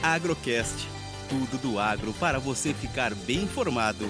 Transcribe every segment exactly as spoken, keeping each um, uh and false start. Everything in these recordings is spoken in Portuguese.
Agrocast. Tudo do agro para você ficar bem informado.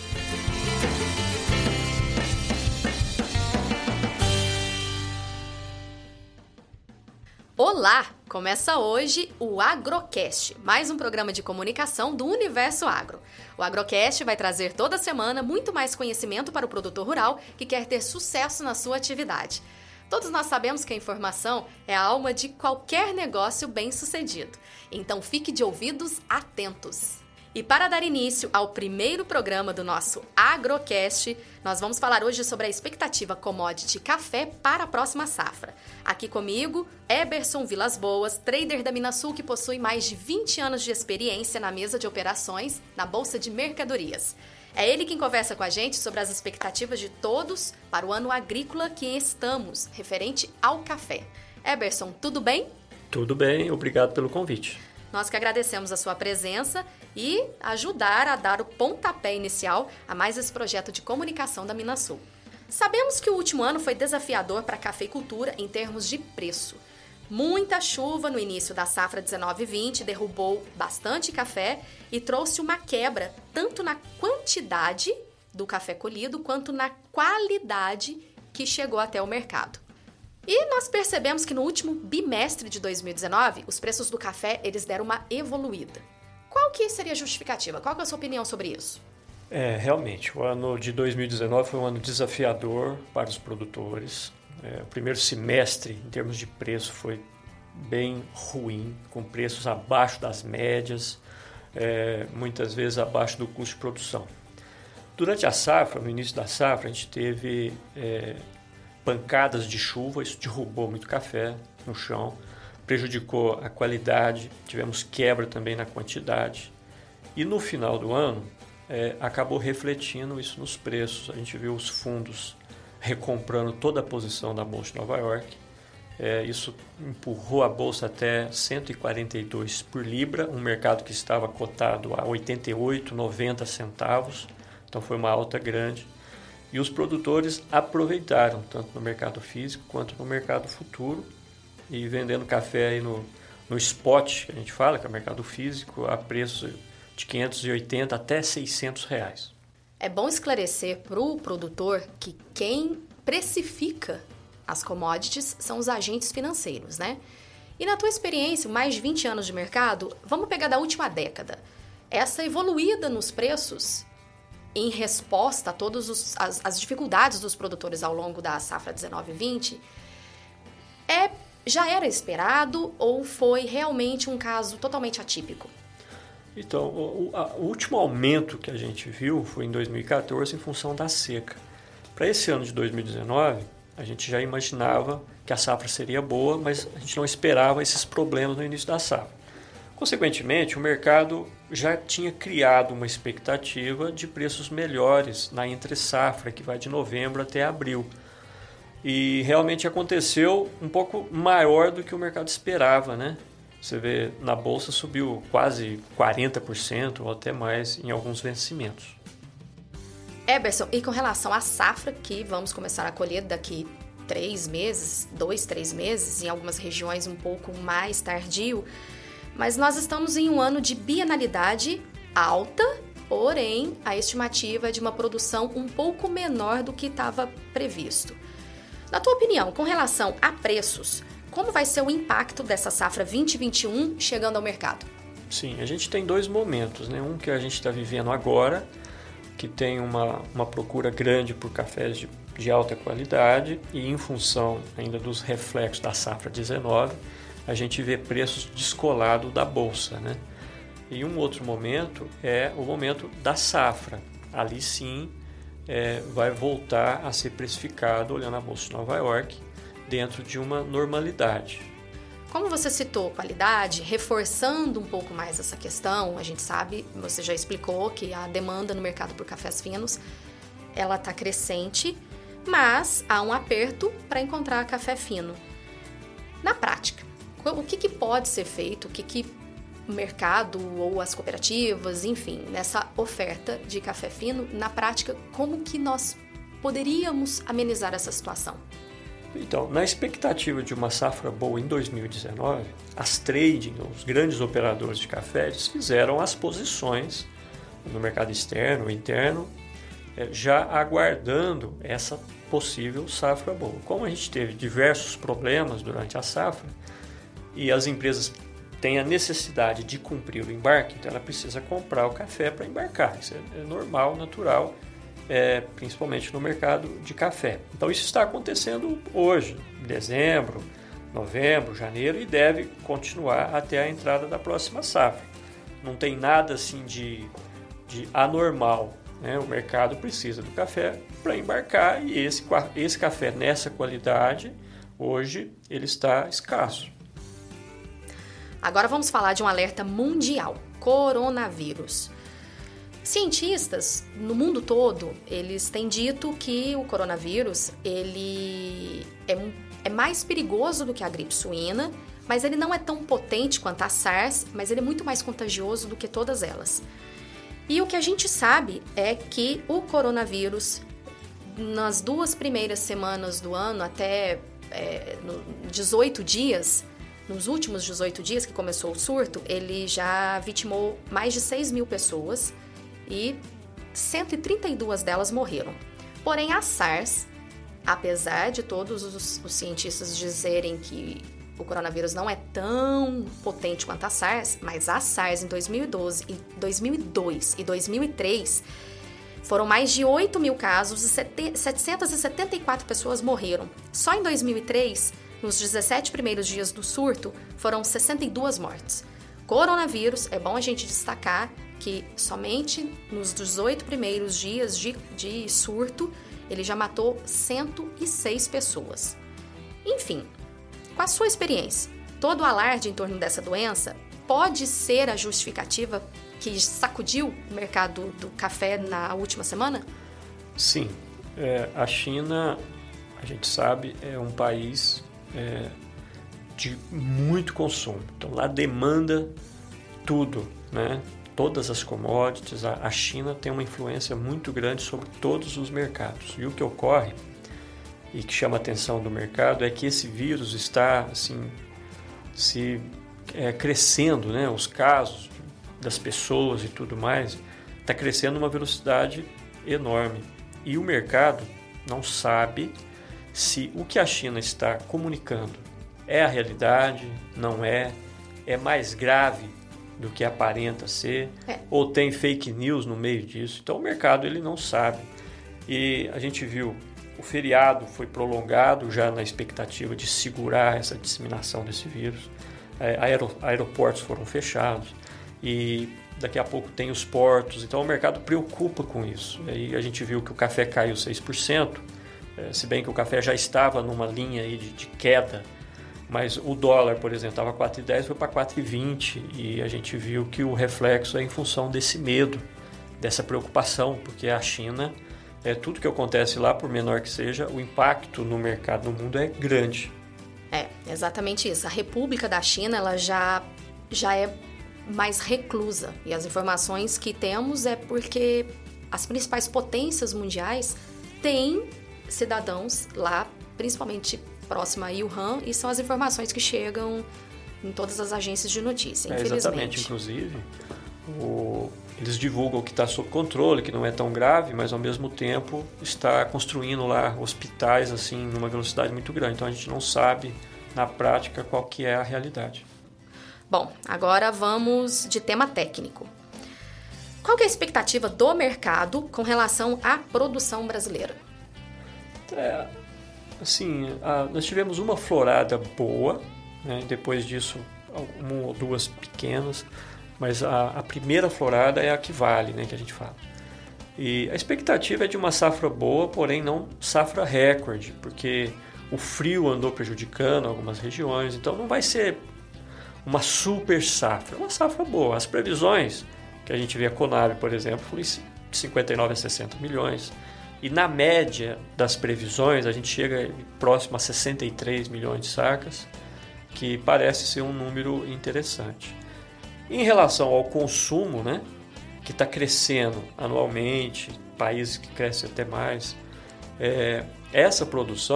Olá! Começa hoje o Agrocast, mais um programa de comunicação do Universo Agro. O Agrocast vai trazer toda semana muito mais conhecimento para o produtor rural que quer ter sucesso na sua atividade. Todos nós sabemos que a informação é a alma de qualquer negócio bem-sucedido, então fique de ouvidos atentos. E para dar início ao primeiro programa do nosso Agrocast, nós vamos falar hoje sobre a expectativa commodity café para a próxima safra. Aqui comigo, Eberson Vilas Boas, trader da Minasul que possui mais de vinte anos de experiência na mesa de operações na Bolsa de Mercadorias. É ele quem conversa com a gente sobre as expectativas de todos para o ano agrícola que estamos, referente ao café. Eberson, tudo bem? Tudo bem, obrigado pelo convite. Nós que agradecemos a sua presença e ajudar a dar o pontapé inicial a mais esse projeto de comunicação da Minasul. Sabemos que o último ano foi desafiador para a cafeicultura em termos de preço. Muita chuva no início da safra dezenove vinte derrubou bastante café e trouxe uma quebra tanto na quantidade do café colhido quanto na qualidade que chegou até o mercado. E nós percebemos que no último bimestre de dois mil e dezenove, os preços do café eles deram uma evoluída. Qual que seria a justificativa? Qual que é a sua opinião sobre isso? É, realmente, o ano de dois mil e dezenove foi um ano desafiador para os produtores. É, o primeiro semestre, em termos de preço, foi bem ruim, com preços abaixo das médias, é, muitas vezes abaixo do custo de produção. Durante a safra, no início da safra, a gente teve é, pancadas de chuva, isso derrubou muito café no chão, prejudicou a qualidade, tivemos quebra também na quantidade. E no final do ano, é, acabou refletindo isso nos preços. A gente viu os fundos recomprando toda a posição da Bolsa de Nova York. É, isso empurrou a Bolsa até cento e quarenta e dois por libra, um mercado que estava cotado a oitenta e oito, noventa centavos. Então foi uma alta grande. E os produtores aproveitaram, tanto no mercado físico quanto no mercado futuro, e vendendo café aí no, no spot, que a gente fala, que é o mercado físico, a preço de quinhentos e oitenta até seiscentos reais. É bom esclarecer para o produtor que quem precifica as commodities são os agentes financeiros, né? E na tua experiência, mais de vinte anos de mercado, vamos pegar da última década. Essa evoluída nos preços, em resposta a todas as, as dificuldades dos produtores ao longo da safra dezenove vinte, é, já era esperado ou foi realmente um caso totalmente atípico? Então, o, a, o último aumento que a gente viu foi em dois mil e quatorze em função da seca. Para esse ano de dois mil e dezenove, a gente já imaginava que a safra seria boa, mas a gente não esperava esses problemas no início da safra. Consequentemente, o mercado já tinha criado uma expectativa de preços melhores na entre-safra, que vai de novembro até abril. E realmente aconteceu um pouco maior do que o mercado esperava, né? Você vê, na Bolsa subiu quase quarenta por cento ou até mais em alguns vencimentos. Eberson, e com relação à safra, que vamos começar a colher daqui três meses, dois, três meses, em algumas regiões um pouco mais tardio, mas nós estamos em um ano de bienalidade alta, porém a estimativa é de uma produção um pouco menor do que estava previsto. Na tua opinião, com relação a preços, como vai ser o impacto dessa safra vinte e vinte e um chegando ao mercado? Sim, a gente tem dois momentos, né? Um que a gente está vivendo agora, que tem uma, uma procura grande por cafés de, de alta qualidade e em função ainda dos reflexos da safra dezenove, a gente vê preços descolados da Bolsa, né? E um outro momento é o momento da safra. Ali sim é, vai voltar a ser precificado, olhando a Bolsa de Nova York, dentro de uma normalidade. Como você citou qualidade, reforçando um pouco mais essa questão, a gente sabe, você já explicou que a demanda no mercado por cafés finos, ela está crescente, mas há um aperto para encontrar café fino. Na prática, o que, que pode ser feito, o que, que o mercado ou as cooperativas, enfim, nessa oferta de café fino, na prática, como que nós poderíamos amenizar essa situação? Então, na expectativa de uma safra boa em dois mil e dezenove, as trading, os grandes operadores de café, eles fizeram as posições no mercado externo ou interno, já aguardando essa possível safra boa. Como a gente teve diversos problemas durante a safra e as empresas têm a necessidade de cumprir o embarque, então ela precisa comprar o café para embarcar. Isso é normal, natural, é, principalmente no mercado de café. Então isso está acontecendo hoje, em dezembro, novembro, janeiro, e deve continuar até a entrada da próxima safra. Não tem nada assim de, de anormal. Né? O mercado precisa do café para embarcar e esse, esse café nessa qualidade, hoje, ele está escasso. Agora vamos falar de um alerta mundial, coronavírus. Cientistas no mundo todo, eles têm dito que o coronavírus ele é, é mais perigoso do que a gripe suína, mas ele não é tão potente quanto a SARS, mas ele é muito mais contagioso do que todas elas. E o que a gente sabe é que o coronavírus, nas duas primeiras semanas do ano, até é, no dezoito dias, nos últimos dezoito dias que começou o surto, ele já vitimou mais de seis mil pessoas e cento e trinta e duas delas morreram. Porém, a SARS, apesar de todos os, os cientistas dizerem que o coronavírus não é tão potente quanto a SARS, mas a SARS em dois mil e doze, dois mil e dois e dois mil e três foram mais de oito mil casos e setecentas e setenta e quatro pessoas morreram. Só em dois mil e três, nos dezessete primeiros dias do surto, foram sessenta e duas mortes. Coronavírus, é bom a gente destacar que somente nos dezoito primeiros dias de, de surto, ele já matou cento e seis pessoas. Enfim, com a sua experiência, todo o alarde em torno dessa doença pode ser a justificativa que sacudiu o mercado do café na última semana? Sim. É, a China, a gente sabe, é um país é, de muito consumo. Então, lá demanda tudo, né? Todas as commodities. A, a China tem uma influência muito grande sobre todos os mercados. E o que ocorre e que chama a atenção do mercado é que esse vírus está assim, se é, crescendo, né? Os casos das pessoas e tudo mais, está crescendo uma velocidade enorme. E o mercado não sabe se o que a China está comunicando é a realidade, não é, é mais grave do que aparenta ser, é. ou tem fake news no meio disso. Então o mercado ele não sabe. E a gente viu, o feriado foi prolongado já na expectativa de segurar essa disseminação desse vírus. Aero, aeroportos foram fechados e daqui a pouco tem os portos. Então o mercado preocupa com isso. E aí a gente viu que o café caiu seis por cento, se bem que o café já estava numa linha aí de, de queda, mas o dólar, por exemplo, estava quatro reais e dez, foi para quatro reais e vinte, e a gente viu que o reflexo é em função desse medo, dessa preocupação, porque a China, é, tudo que acontece lá, por menor que seja, o impacto no mercado, no mundo é grande. É, exatamente isso. A República da China, ela já, já é mais reclusa, e as informações que temos é porque as principais potências mundiais têm cidadãos lá, principalmente próxima a Wuhan, e são as informações que chegam em todas as agências de notícia, é, infelizmente. Exatamente, inclusive, o, eles divulgam que está sob controle, que não é tão grave, mas ao mesmo tempo está construindo lá hospitais assim numa velocidade muito grande. Então a gente não sabe na prática qual que é a realidade. Bom, agora vamos de tema técnico. Qual que é a expectativa do mercado com relação à produção brasileira? É, assim, a, nós tivemos uma florada boa, né? Depois disso uma ou duas pequenas, mas a, a primeira florada é a que vale, né, que a gente fala. E a expectativa é de uma safra boa, porém não safra recorde, porque o frio andou prejudicando algumas regiões, então não vai ser uma super safra, é uma safra boa. As previsões que a gente vê a Conab, por exemplo, foi de cinquenta e nove a sessenta milhões, e na média das previsões a gente chega próximo a sessenta e três milhões de sacas, que parece ser um número interessante. Em relação ao consumo, né, que está crescendo anualmente, países que crescem até mais, é, essa produção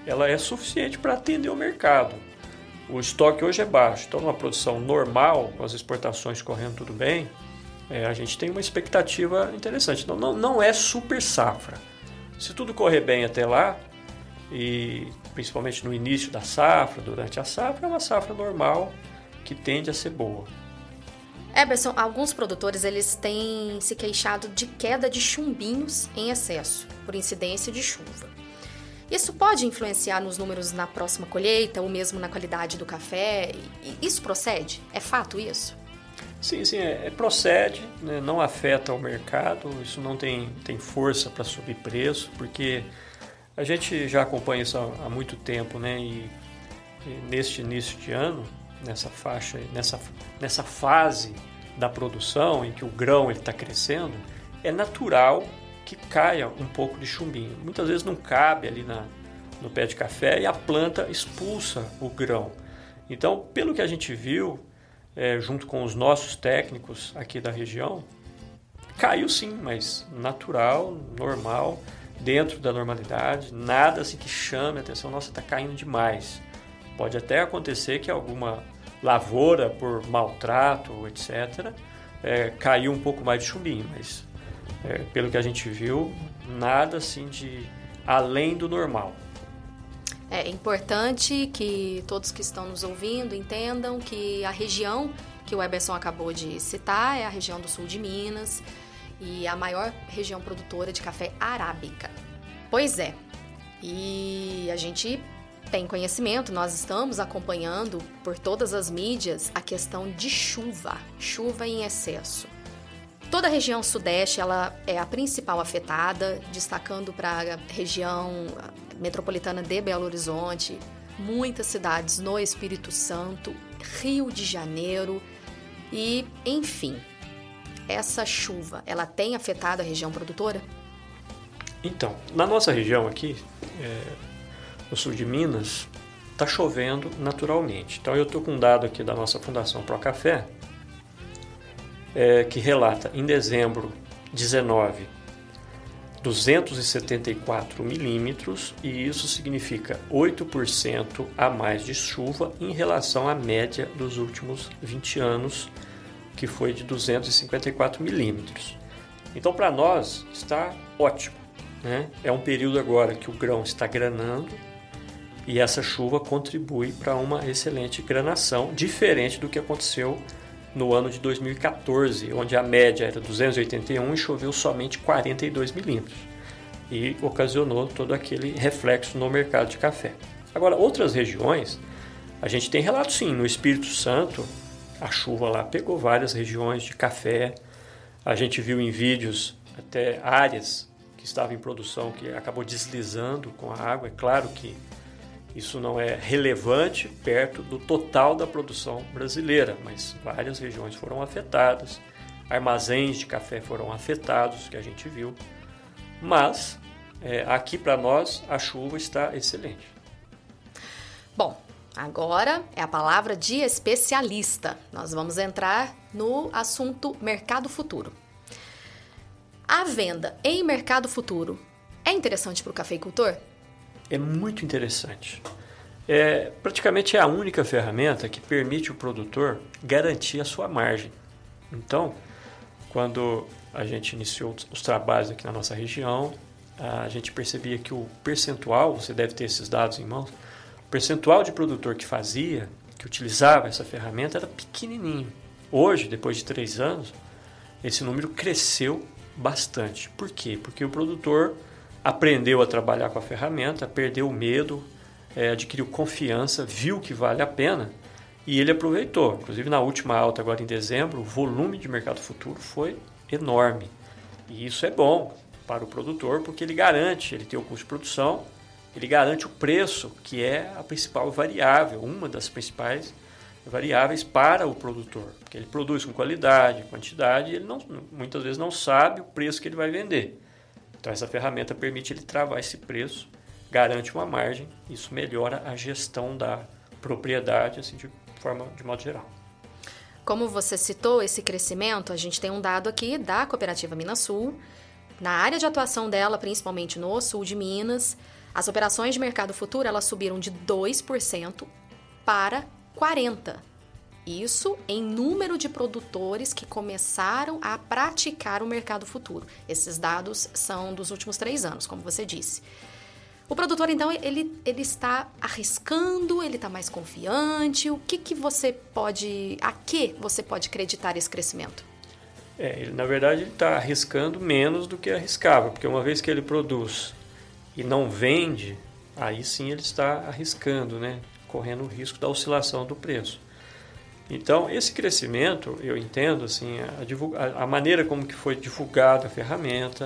ela é suficiente para atender o mercado. O estoque hoje é baixo, então numa produção normal, com as exportações correndo tudo bem, é, a gente tem uma expectativa interessante. Então não, não é super safra. Se tudo correr bem até lá, e principalmente no início da safra, durante a safra, é uma safra normal que tende a ser boa. Eberson, alguns produtores eles têm se queixado de queda de chumbinhos em excesso, por incidência de chuva. Isso pode influenciar nos números na próxima colheita ou mesmo na qualidade do café? Isso procede? É fato isso? Sim, sim, é, é procede, né? Não afeta o mercado, isso não tem, tem força para subir preço, porque a gente já acompanha isso há, há muito tempo, né? E, e neste início de ano, nessa faixa, nessa, nessa fase da produção em que o grão está crescendo, é natural que caia um pouco de chumbinho. Muitas vezes não cabe ali na, no pé de café e a planta expulsa o grão. Então, pelo que a gente viu, é, junto com os nossos técnicos aqui da região, caiu sim, mas natural, normal, dentro da normalidade, nada assim que chame a atenção, nossa, está caindo demais. Pode até acontecer que alguma lavoura, por maltrato, etcétera, é, caiu um pouco mais de chumbinho, mas é, pelo que a gente viu, nada assim de além do normal. É importante que todos que estão nos ouvindo entendam que a região que o Eberson acabou de citar é a região do sul de Minas e a maior região produtora de café arábica. Pois é, e a gente tem conhecimento, nós estamos acompanhando por todas as mídias a questão de chuva, chuva em excesso. Toda a região sudeste ela é a principal afetada, destacando para a região metropolitana de Belo Horizonte, muitas cidades no Espírito Santo, Rio de Janeiro e, enfim, essa chuva, ela tem afetado a região produtora? Então, na nossa região aqui, é, no sul de Minas, está chovendo naturalmente. Então eu estou com um dado aqui da nossa Fundação Pro Café, é, que relata em dezembro dezenove, duzentos e setenta e quatro milímetros, e isso significa oito por cento a mais de chuva em relação à média dos últimos vinte anos, que foi de duzentos e cinquenta e quatro milímetros. Então para nós está ótimo, né? É um período agora que o grão está granando, e essa chuva contribui para uma excelente granação, diferente do que aconteceu no ano de dois mil e quatorze, onde a média era duzentos e oitenta e um e choveu somente quarenta e dois milímetros, e ocasionou todo aquele reflexo no mercado de café. Agora, outras regiões, a gente tem relato sim, no Espírito Santo, a chuva lá pegou várias regiões de café, a gente viu em vídeos até áreas que estavam em produção que acabou deslizando com a água. É claro que isso não é relevante perto do total da produção brasileira, mas várias regiões foram afetadas, armazéns de café foram afetados, que a gente viu. Mas é, aqui para nós a chuva está excelente. Bom, agora é a palavra de especialista. Nós vamos entrar no assunto mercado futuro. A venda em mercado futuro é interessante para o cafeicultor? É muito interessante. É, praticamente é a única ferramenta que permite o produtor garantir a sua margem. Então, quando a gente iniciou os trabalhos aqui na nossa região, a gente percebia que o percentual, você deve ter esses dados em mãos, o percentual de produtor que fazia, que utilizava essa ferramenta era pequenininho. Hoje, depois de três anos, esse número cresceu bastante. Por quê? Porque o produtor aprendeu a trabalhar com a ferramenta, perdeu o medo, é, adquiriu confiança, viu que vale a pena e ele aproveitou. Inclusive na última alta agora em dezembro, o volume de mercado futuro foi enorme. E isso é bom para o produtor porque ele garante, ele tem o custo de produção, ele garante o preço, que é a principal variável, uma das principais variáveis para o produtor. Porque ele produz com qualidade, quantidade, e ele não, muitas vezes não sabe o preço que ele vai vender. Então essa ferramenta permite ele travar esse preço, garante uma margem, isso melhora a gestão da propriedade, assim, de forma de modo geral. Como você citou esse crescimento, a gente tem um dado aqui da Cooperativa Minas Sul. Na área de atuação dela, principalmente no sul de Minas, As operações de mercado futuro, elas subiram de dois por cento para quarenta por cento. Isso em número de produtores que começaram a praticar o mercado futuro. Esses dados são dos últimos três anos, como você disse. O produtor, então, ele, ele está arriscando, ele está mais confiante. O que, que você pode... A que você pode acreditar esse crescimento? É, ele, na verdade, ele está arriscando menos do que arriscava, porque uma vez que ele produz e não vende, aí sim ele está arriscando, né? Correndo o risco da oscilação do preço. Então, esse crescimento, eu entendo, assim, a, divulga, a maneira como que foi divulgada a ferramenta,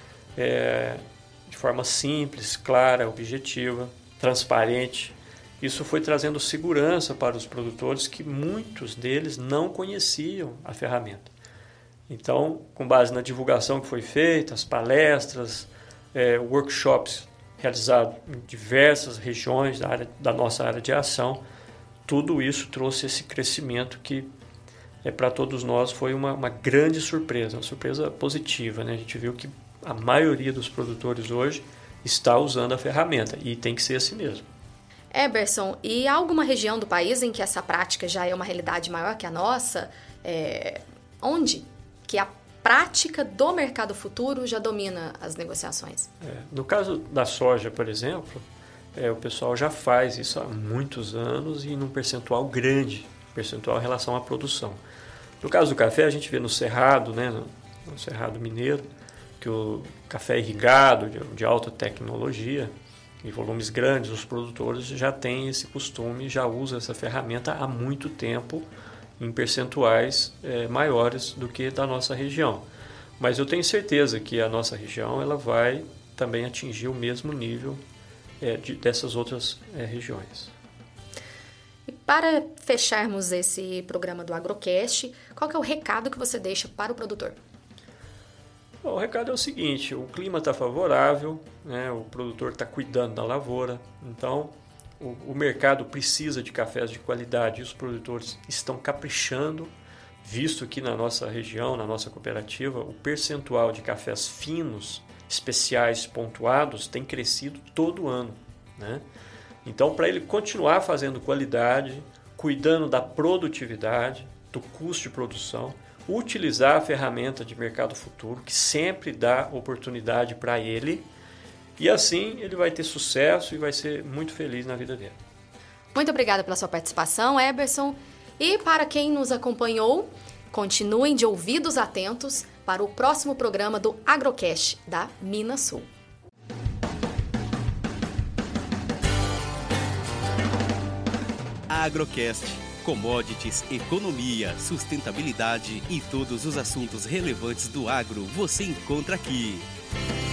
é, de forma simples, clara, objetiva, transparente. Isso foi trazendo segurança para os produtores, que muitos deles não conheciam a ferramenta. Então, com base na divulgação que foi feita, as palestras, é, workshops realizados em diversas regiões da, área, da nossa área de ação, tudo isso trouxe esse crescimento que, é, para todos nós, foi uma, uma grande surpresa, uma surpresa positiva, né? A gente viu que a maioria dos produtores hoje está usando a ferramenta e tem que ser assim mesmo. Eberson, e há alguma região do país em que essa prática já é uma realidade maior que a nossa? É, onde que a prática do mercado futuro já domina as negociações? É, no caso da soja, por exemplo, é, o pessoal já faz isso há muitos anos e num percentual grande, percentual em relação à produção. No caso do café, a gente vê no Cerrado, né, no, no Cerrado Mineiro, que o café irrigado, de, de alta tecnologia, em volumes grandes, os produtores já têm esse costume, já usam essa ferramenta há muito tempo, em percentuais é, maiores do que da nossa região. Mas eu tenho certeza que a nossa região ela vai também atingir o mesmo nível é, de, dessas outras é, regiões. E para fecharmos esse programa do Agrocast, qual que é o recado que você deixa para o produtor? Bom, o recado é o seguinte: o clima está favorável, né, o produtor está cuidando da lavoura, então o, o mercado precisa de cafés de qualidade e os produtores estão caprichando, visto que na nossa região, na nossa cooperativa, o percentual de cafés finos, especiais, pontuados, tem crescido todo ano, né? Então, para ele continuar fazendo qualidade, cuidando da produtividade, do custo de produção, utilizar a ferramenta de mercado futuro, que sempre dá oportunidade para ele, e assim ele vai ter sucesso e vai ser muito feliz na vida dele. Muito obrigada pela sua participação, Eberson. E para quem nos acompanhou, continuem de ouvidos atentos para o próximo programa do Agrocast da Minas Sul. Agrocast, commodities, economia, sustentabilidade e todos os assuntos relevantes do agro você encontra aqui.